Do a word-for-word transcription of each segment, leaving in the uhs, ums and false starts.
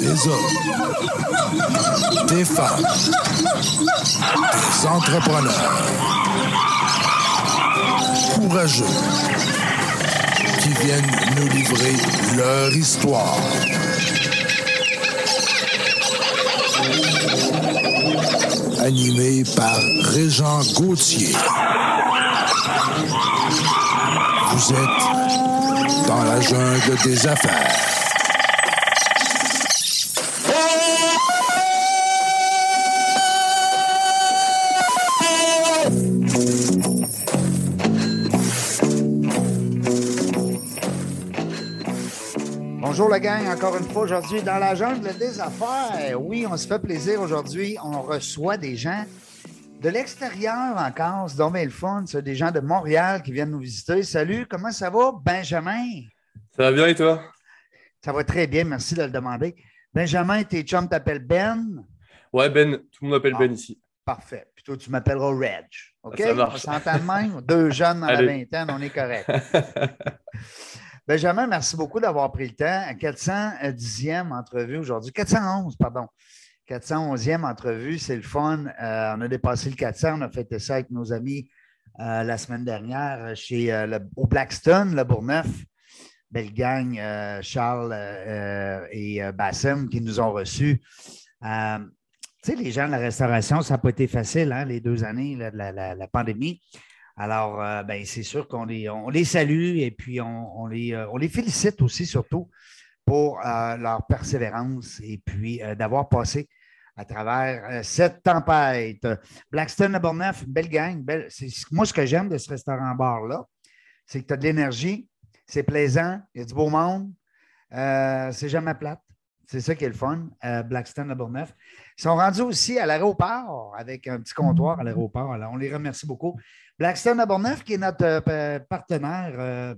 Des hommes, des femmes, des entrepreneurs courageux qui viennent nous livrer leur histoire. Animé par Régent Gauthier. Vous êtes dans la jungle des affaires. Bonjour la gang, encore une fois aujourd'hui dans la jungle des affaires. Oui, on se fait plaisir aujourd'hui. On reçoit des gens de l'extérieur encore. C'est donc bien le fun. C'est des gens de Montréal qui viennent nous visiter. Salut, comment ça va, Benjamin? Ça va bien et toi? Ça va très bien, merci de le demander. Benjamin, tes chums t'appellent Ben? Ouais, Ben, tout le monde m'appelle Ah, Ben ici. Parfait. Puis toi, tu m'appelleras Reg. OK? Ça marche. On s'entend de même? Deux jeunes dans Allez. la vingtaine, on est correct. Benjamin, merci beaucoup d'avoir pris le temps. quatre cent dixième entrevue aujourd'hui. quatre cent onze, pardon. quatre cent onzième entrevue, c'est le fun. Euh, on a dépassé le quatre cents. On a fêté ça avec nos amis euh, la semaine dernière chez, euh, le, au Blackstone, le Bourgneuf. Belle gang, euh, Charles euh, et euh, Bassem qui nous ont reçus. Euh, tu sais, les gens de la restauration, ça n'a pas été facile, hein, les deux années là, de la, la, la pandémie. Alors, euh, ben, c'est sûr qu'on les, on les salue et puis on, on, les, euh, on les félicite aussi, surtout, pour euh, leur persévérance et puis euh, d'avoir passé à travers euh, cette tempête. Blackstone à Bourgneuf, une belle gang. Belle, c'est, moi, ce que j'aime de ce restaurant-bar-là, c'est que tu as de l'énergie, c'est plaisant, il y a du beau monde, euh, c'est jamais plate. C'est ça qui est le fun, euh, Blackstone à Bourgneuf. Ils sont rendus aussi à l'aéroport avec un petit comptoir à l'aéroport. Alors, on les remercie beaucoup. Blackstone à Bourgneuf, qui est notre euh, partenaire euh,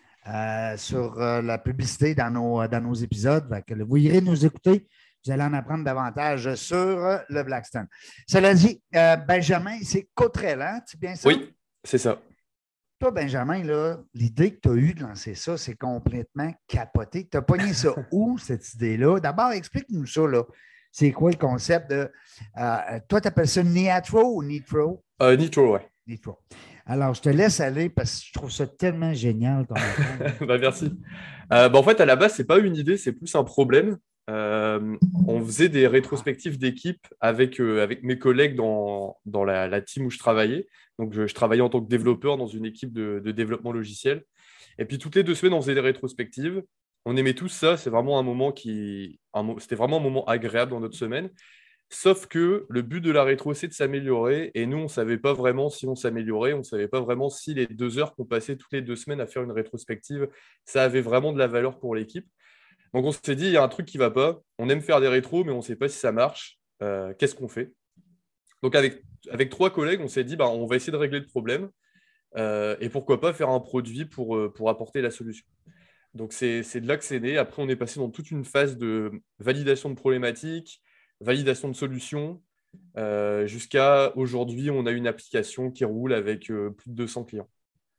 euh, sur euh, la publicité dans nos, dans nos épisodes. Que vous irez nous écouter. Vous allez en apprendre davantage sur euh, le Blackstone. Cela dit, euh, Benjamin, c'est Cottrell, hein? C'est bien ça? Oui, c'est ça. Toi, Benjamin, là, l'idée que tu as eue de lancer ça, c'est complètement capoté. Tu as pogné ça où, cette idée-là? D'abord, explique-nous ça, là. C'est quoi le concept de. Euh, toi, tu appelles ça Nitro ou Nitro? Euh, Nitro, ouais. Nitro. Alors, je te laisse aller parce que je trouve ça tellement génial, ton bah, merci. Euh, bah, en fait, à la base, c'est pas une idée, c'est plus un problème. Euh, on faisait des rétrospectives d'équipe avec, euh, avec mes collègues dans, dans la, la team où je travaillais. Donc, je, je travaillais en tant que développeur dans une équipe de, de développement logiciel. Et puis, toutes les deux semaines, on faisait des rétrospectives. On aimait tous ça. C'est vraiment un moment qui, un, c'était vraiment un moment agréable dans notre semaine. Sauf que le but de la rétro, c'est de s'améliorer. Et nous, on ne savait pas vraiment si on s'améliorait. On ne savait pas vraiment si les deux heures qu'on passait toutes les deux semaines à faire une rétrospective, ça avait vraiment de la valeur pour l'équipe. Donc, on s'est dit, il y a un truc qui ne va pas. On aime faire des rétros, mais on ne sait pas si ça marche. Euh, qu'est-ce qu'on fait? Donc, avec, avec trois collègues, on s'est dit, bah, on va essayer de régler le problème. Euh, et pourquoi pas faire un produit pour, pour apporter la solution. Donc, c'est, c'est de là que c'est né. Après, on est passé dans toute une phase de validation de problématiques, validation de solutions. Euh, jusqu'à aujourd'hui, on a une application qui roule avec euh, plus de deux cents clients.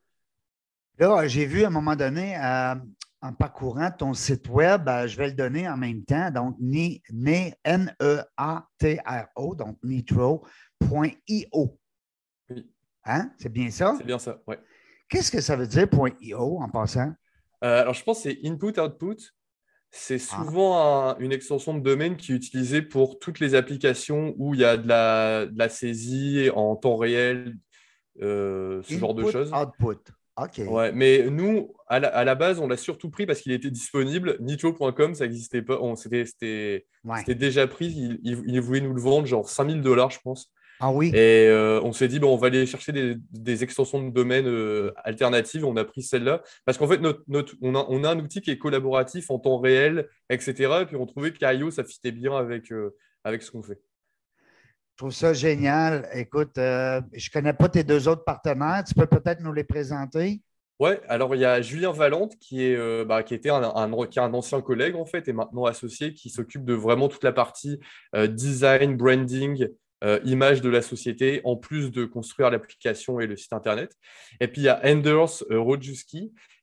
Là, j'ai vu à un moment donné, euh, en parcourant ton site web, euh, je vais le donner en même temps, donc N E A T R O, donc nitro point I O. Oui. Hein? C'est bien ça? C'est bien ça, oui. Qu'est-ce que ça veut dire .io en passant? Euh, alors, je pense que c'est input-output. C'est souvent ah. un, une extension de domaine qui est utilisée pour toutes les applications où il y a de la, de la saisie en temps réel, euh, ce input, genre de choses. Output. OK. Ouais, mais nous, à la, à la base, on l'a surtout pris parce qu'il était disponible. Nitro point com, ça n'existait pas. On, c'était, c'était, ouais. c'était déjà pris. Il, il, il voulait nous le vendre genre cinq mille dollars, je pense. Ah oui. Et euh, on s'est dit, bon, on va aller chercher des, des extensions de domaine euh, alternatives. On a pris celle-là. Parce qu'en fait, notre, notre, on, a, on a un outil qui est collaboratif en temps réel, et cetera. Et puis, on trouvait qu'I O, ça fitait bien avec, euh, avec ce qu'on fait. Je trouve ça génial. Écoute, euh, je ne connais pas tes deux autres partenaires. Tu peux peut-être nous les présenter? Ouais, alors il y a Julien Valente qui, est, euh, bah, qui, était un, un, qui est un ancien collègue en fait et maintenant associé qui s'occupe de vraiment toute la partie euh, design, branding, euh, image de la société en plus de construire l'application et le site internet. Et puis il y a Anders euh, Rodjuski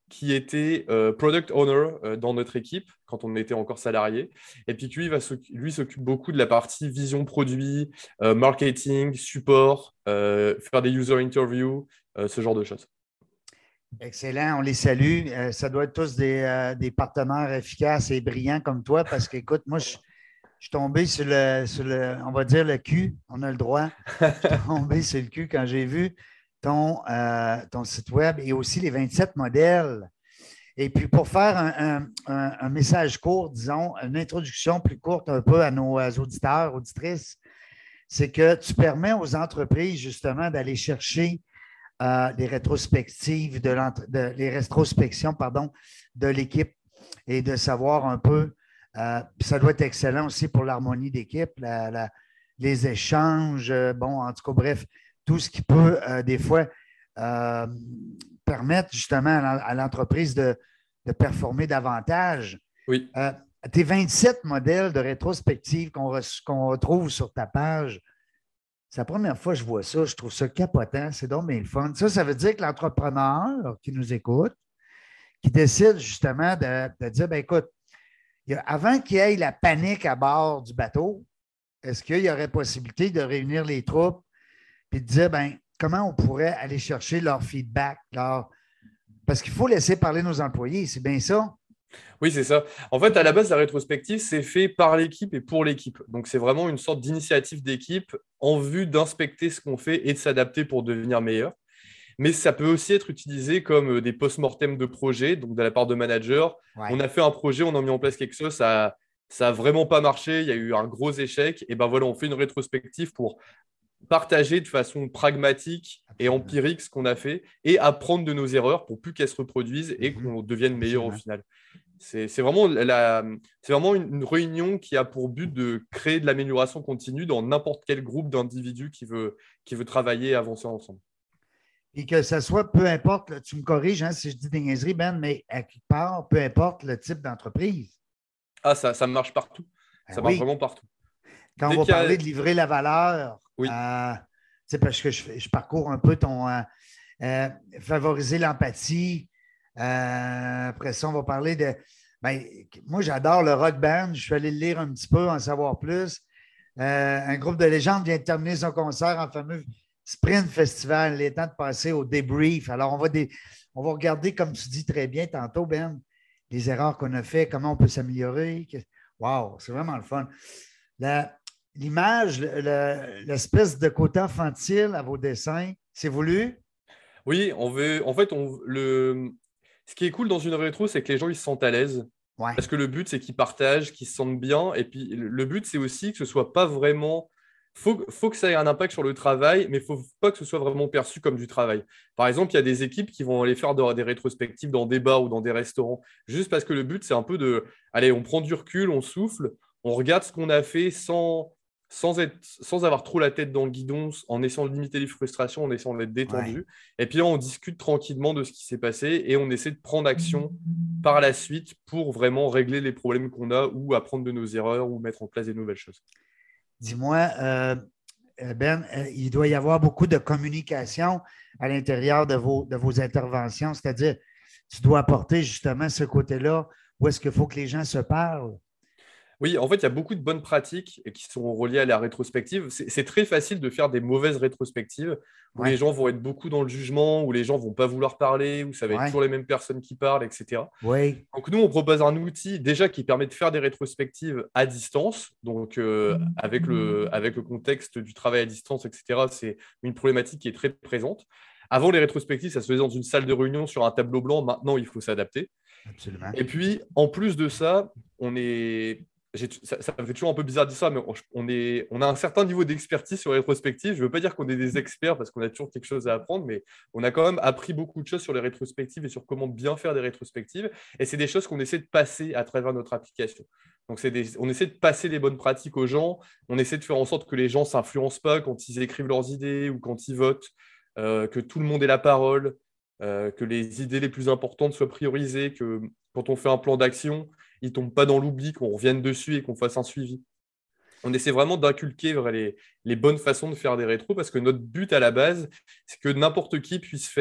qui était euh, product owner euh, dans notre équipe quand on était encore salarié. Et puis lui, va lui s'occupe beaucoup de la partie vision produit, euh, marketing, support, euh, faire des user interviews, euh, ce genre de choses. Excellent, on les salue. Euh, ça doit être tous des, euh, des partenaires efficaces et brillants comme toi parce qu'écoute, moi, je, je suis tombé sur le, sur le, on va dire le cul, on a le droit. Je suis tombé sur le cul quand j'ai vu ton, euh, ton site web et aussi les vingt-sept modèles. Et puis, pour faire un, un, un, un message court, disons, une introduction plus courte un peu à nos auditeurs, auditrices, c'est que tu permets aux entreprises, justement, d'aller chercher euh, les rétrospectives, de, de les rétrospections, pardon, de l'équipe et de savoir un peu, euh, ça doit être excellent aussi pour l'harmonie d'équipe, la, la, les échanges, bon, en tout cas, bref, tout ce qui peut, euh, des fois, euh, permettre justement à l'entreprise de, de performer davantage. Oui. Euh, tes vingt-sept modèles de rétrospective qu'on re, qu'on retrouve sur ta page, c'est la première fois que je vois ça. Je trouve ça capotant. C'est donc bien le fun. Ça, ça veut dire que l'entrepreneur qui nous écoute, qui décide justement de, de dire, ben écoute, il y a, avant qu'il y ait la panique à bord du bateau, est-ce qu'il y aurait possibilité de réunir les troupes et de dire, ben comment on pourrait aller chercher leur feedback, leur... parce qu'il faut laisser parler nos employés, c'est bien ça? Oui, c'est ça. En fait, à la base, la rétrospective, c'est fait par l'équipe et pour l'équipe. Donc, c'est vraiment une sorte d'initiative d'équipe en vue d'inspecter ce qu'on fait et de s'adapter pour devenir meilleur. Mais ça peut aussi être utilisé comme des post-mortem de projet, donc de la part de managers. Ouais. On a fait un projet, on a mis en place quelque chose, ça n'a vraiment pas marché, il y a eu un gros échec. Et ben voilà, on fait une rétrospective pour partager de façon pragmatique et empirique ce qu'on a fait et apprendre de nos erreurs pour plus qu'elles se reproduisent et qu'on devienne meilleur au final. C'est, c'est, vraiment, la, c'est vraiment une, une réunion qui a pour but de créer de l'amélioration continue dans n'importe quel groupe d'individus qui veut, qui veut travailler et avancer ensemble. Et que ce soit, peu importe, là, tu me corriges hein, si je dis des niaiseries, Ben, mais à quelque part, peu importe le type d'entreprise. Ah, ça, ça marche partout. Ben ça oui. marche vraiment partout. Quand Dès on va parler a... de livrer la valeur, oui. euh, parce que je, je parcours un peu ton euh, euh, favoriser l'empathie. Euh, après ça, on va parler de. Ben, moi, j'adore le rock band. Je suis allé le lire un petit peu, en savoir plus. Euh, un groupe de légendes vient de terminer son concert en fameux Sprint Festival. Il est temps de passer au débrief. Alors, on va, dé... on va regarder, comme tu dis très bien tantôt, Ben, les erreurs qu'on a faites, comment on peut s'améliorer. Wow, c'est vraiment le fun. La... L'image, le... l'espèce de côté infantile à vos dessins, c'est voulu? Oui, on veut. En fait, on... le... ce qui est cool dans une rétro, c'est que les gens ils se sentent à l'aise. Ouais. Parce que le but, c'est qu'ils partagent, qu'ils se sentent bien. Et puis, le but, c'est aussi que ce ne soit pas vraiment. Il faut, faut que ça ait un impact sur le travail, mais il ne faut pas que ce soit vraiment perçu comme du travail. Par exemple, il y a des équipes qui vont aller faire des rétrospectives dans des bars ou dans des restaurants, juste parce que le but, c'est un peu de. Allez, on prend du recul, on souffle, on regarde ce qu'on a fait sans. Sans, être, sans avoir trop la tête dans le guidon, en essayant de limiter les frustrations, en essayant d'être détendu. Ouais. Et puis là, on discute tranquillement de ce qui s'est passé et on essaie de prendre action par la suite pour vraiment régler les problèmes qu'on a ou apprendre de nos erreurs ou mettre en place des nouvelles choses. Dis-moi, euh, Ben, euh, il doit y avoir beaucoup de communication à l'intérieur de vos, de vos interventions, c'est-à-dire tu dois apporter justement ce côté-là où est-ce qu'il faut que les gens se parlent. Oui, en fait, il y a beaucoup de bonnes pratiques qui sont reliées à la rétrospective. C'est, c'est très facile de faire des mauvaises rétrospectives où ouais. les gens vont être beaucoup dans le jugement, où les gens ne vont pas vouloir parler, où ça va ouais. être toujours les mêmes personnes qui parlent, et cetera. Oui. Donc, nous, on propose un outil déjà qui permet de faire des rétrospectives à distance. Donc, euh, avec, le, avec le contexte du travail à distance, et cetera, c'est une problématique qui est très présente. Avant, les rétrospectives, ça se faisait dans une salle de réunion sur un tableau blanc. Maintenant, il faut s'adapter. Absolument. Et puis, en plus de ça, on est... J'ai, ça, ça me fait toujours un peu bizarre de dire ça, mais on, est, on a un certain niveau d'expertise sur les rétrospectives. Je ne veux pas dire qu'on est des experts parce qu'on a toujours quelque chose à apprendre, mais on a quand même appris beaucoup de choses sur les rétrospectives et sur comment bien faire des rétrospectives. Et c'est des choses qu'on essaie de passer à travers notre application. Donc, c'est des, on essaie de passer les bonnes pratiques aux gens. On essaie de faire en sorte que les gens ne s'influencent pas quand ils écrivent leurs idées ou quand ils votent, euh, que tout le monde ait la parole, euh, que les idées les plus importantes soient priorisées, que quand on fait un plan d'action, il ne tombe pas dans l'oubli, qu'on revienne dessus et qu'on fasse un suivi. On essaie vraiment d'inculquer les, les bonnes façons de faire des rétros parce que notre but à la base, c'est que n'importe qui puisse faire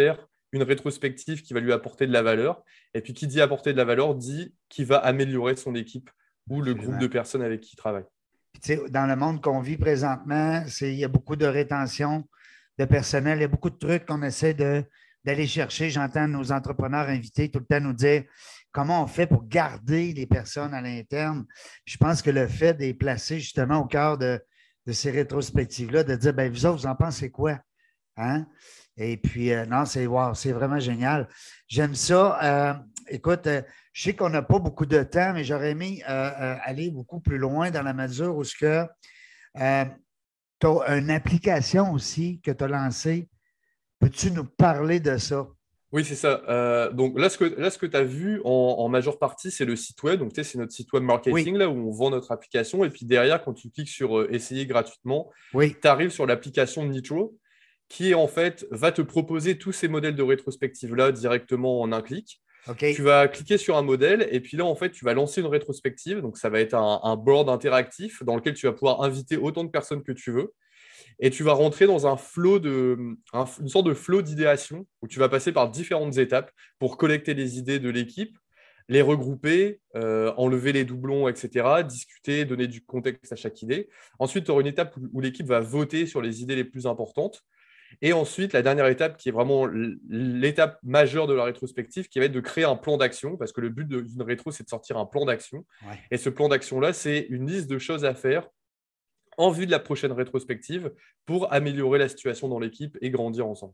une rétrospective qui va lui apporter de la valeur. Et puis, qui dit apporter de la valeur, dit qui va améliorer son équipe ou le groupe de personnes avec qui il travaille. Tu sais, dans le monde qu'on vit présentement, c'est, il y a beaucoup de rétention de personnel. Il y a beaucoup de trucs qu'on essaie de, d'aller chercher. J'entends nos entrepreneurs invités tout le temps nous dire comment on fait pour garder les personnes à l'interne. Je pense que le fait de les placer justement au cœur de, de ces rétrospectives-là, de dire, bien, vous autres, vous en pensez quoi? Hein? Et puis, euh, non, c'est wow, c'est vraiment génial. J'aime ça. Euh, écoute, euh, je sais qu'on n'a pas beaucoup de temps, mais j'aurais aimé euh, euh, aller beaucoup plus loin dans la mesure où ce que euh, tu as une application aussi que tu as lancée. Peux-tu nous parler de ça? Oui, c'est ça. Euh, donc là, ce que, là, ce que tu as vu en, en majeure partie, c'est le site web. Donc, tu sais, c'est notre site web marketing, oui. là où on vend notre application. Et puis derrière, quand tu cliques sur euh, Essayer gratuitement, oui. tu arrives sur l'application Nitro, qui en fait va te proposer tous ces modèles de rétrospective-là directement en un clic. Okay. Tu vas cliquer sur un modèle et puis là, en fait, tu vas lancer une rétrospective. Donc, ça va être un, un board interactif dans lequel tu vas pouvoir inviter autant de personnes que tu veux. Et tu vas rentrer dans un flow de, un, une sorte de flow d'idéation où tu vas passer par différentes étapes pour collecter les idées de l'équipe, les regrouper, euh, enlever les doublons, et cetera, discuter, donner du contexte à chaque idée. Ensuite, tu auras une étape où, où l'équipe va voter sur les idées les plus importantes. Et ensuite, la dernière étape, qui est vraiment l'étape majeure de la rétrospective, qui va être de créer un plan d'action, parce que le but d'une rétro, c'est de sortir un plan d'action. Ouais. Et ce plan d'action-là, c'est une liste de choses à faire en vue de la prochaine rétrospective pour améliorer la situation dans l'équipe et grandir ensemble.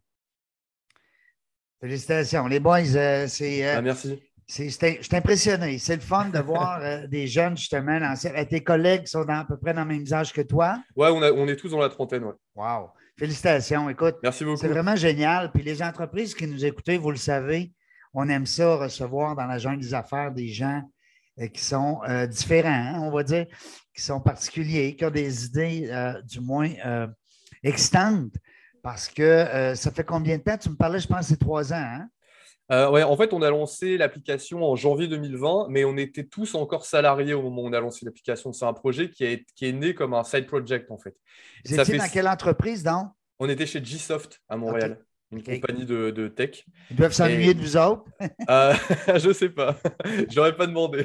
Félicitations. Les boys, euh, c'est… Euh, ah, merci. C'est, c'est, je suis impressionné. C'est le fun de voir euh, des jeunes, justement, dans, tes collègues sont dans, à peu près dans le même âge que toi. Oui, on, on est tous dans la trentaine. Ouais. Wow. Félicitations. Écoute, merci beaucoup. C'est vraiment génial. Puis les entreprises qui nous écoutent, vous le savez, on aime ça, recevoir dans la jungle des affaires des gens euh, qui sont euh, différents, hein, on va dire, qui sont particuliers, qui ont des idées, euh, du moins, euh, excitantes. Parce que euh, ça fait combien de temps? Tu me parlais, je pense, c'est trois ans, hein? Euh, ouais, en fait, on a lancé l'application en janvier deux mille vingt, mais on était tous encore salariés au moment où on a lancé l'application. C'est un projet qui est, qui est né comme un side project, en fait. Vous étiez dans quelle entreprise, donc? On était chez G-Soft à Montréal, okay. une okay. compagnie de, de tech. Ils doivent s'ennuyer Et... de vous autres? euh, Je ne sais pas. Je n'aurais pas demandé.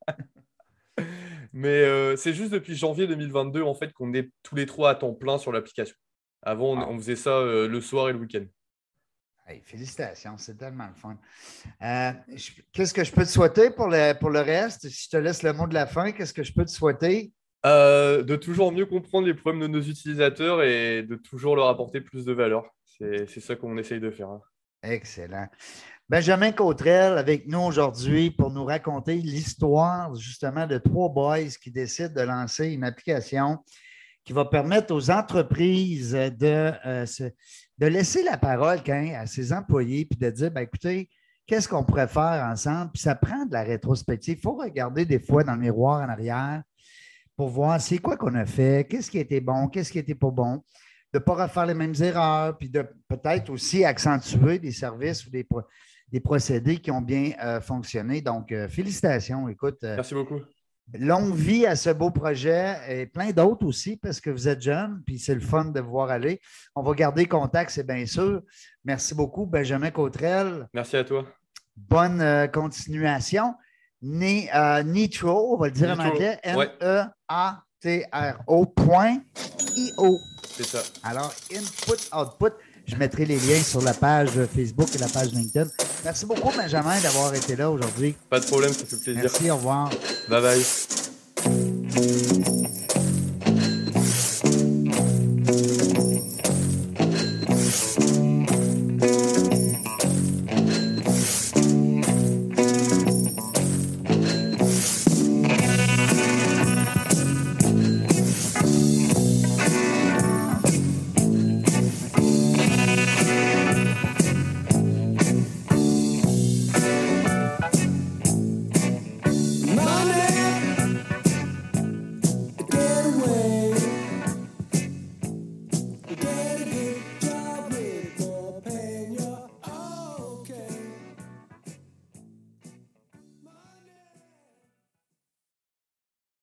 Mais euh, c'est juste depuis janvier deux mille vingt-deux, en fait, qu'on est tous les trois à temps plein sur l'application. Avant, on, ah. on faisait ça euh, le soir et le week-end. Hey, félicitations, c'est tellement le fun. Euh, je, qu'est-ce que je peux te souhaiter pour le, pour le reste? Si je te laisse le mot de la fin, qu'est-ce que je peux te souhaiter? Euh, de toujours mieux comprendre les problèmes de nos utilisateurs et de toujours leur apporter plus de valeur. C'est, c'est ça qu'on essaye de faire. Hein. Excellent. Benjamin Cottrell avec nous aujourd'hui pour nous raconter l'histoire justement de trois boys qui décident de lancer une application qui va permettre aux entreprises de, euh, se, de laisser la parole quand, à ses employés puis de dire, ben, écoutez, qu'est-ce qu'on pourrait faire ensemble? Puis ça prend de la rétrospective. Il faut regarder des fois dans le miroir en arrière pour voir c'est quoi qu'on a fait, qu'est-ce qui était bon, qu'est-ce qui n'était pas bon, de ne pas refaire les mêmes erreurs, puis de peut-être aussi accentuer des services ou des, des procédés qui ont bien euh, fonctionné. Donc, euh, félicitations. Écoute. Euh, Merci beaucoup. Longue vie à ce beau projet et plein d'autres aussi parce que vous êtes jeunes, puis c'est le fun de vous voir aller. On va garder contact, c'est bien sûr. Merci beaucoup, Benjamin Cottrell. Merci à toi. Bonne euh, continuation. Né, euh, Nitro, on va le dire Nitro. En anglais, N E A T R O point I O. C'est ça. Alors, input, output. Je mettrai les liens sur la page Facebook et la page LinkedIn. Merci beaucoup, Benjamin, d'avoir été là aujourd'hui. Pas de problème, ça fait plaisir. Merci, au revoir. Bye bye.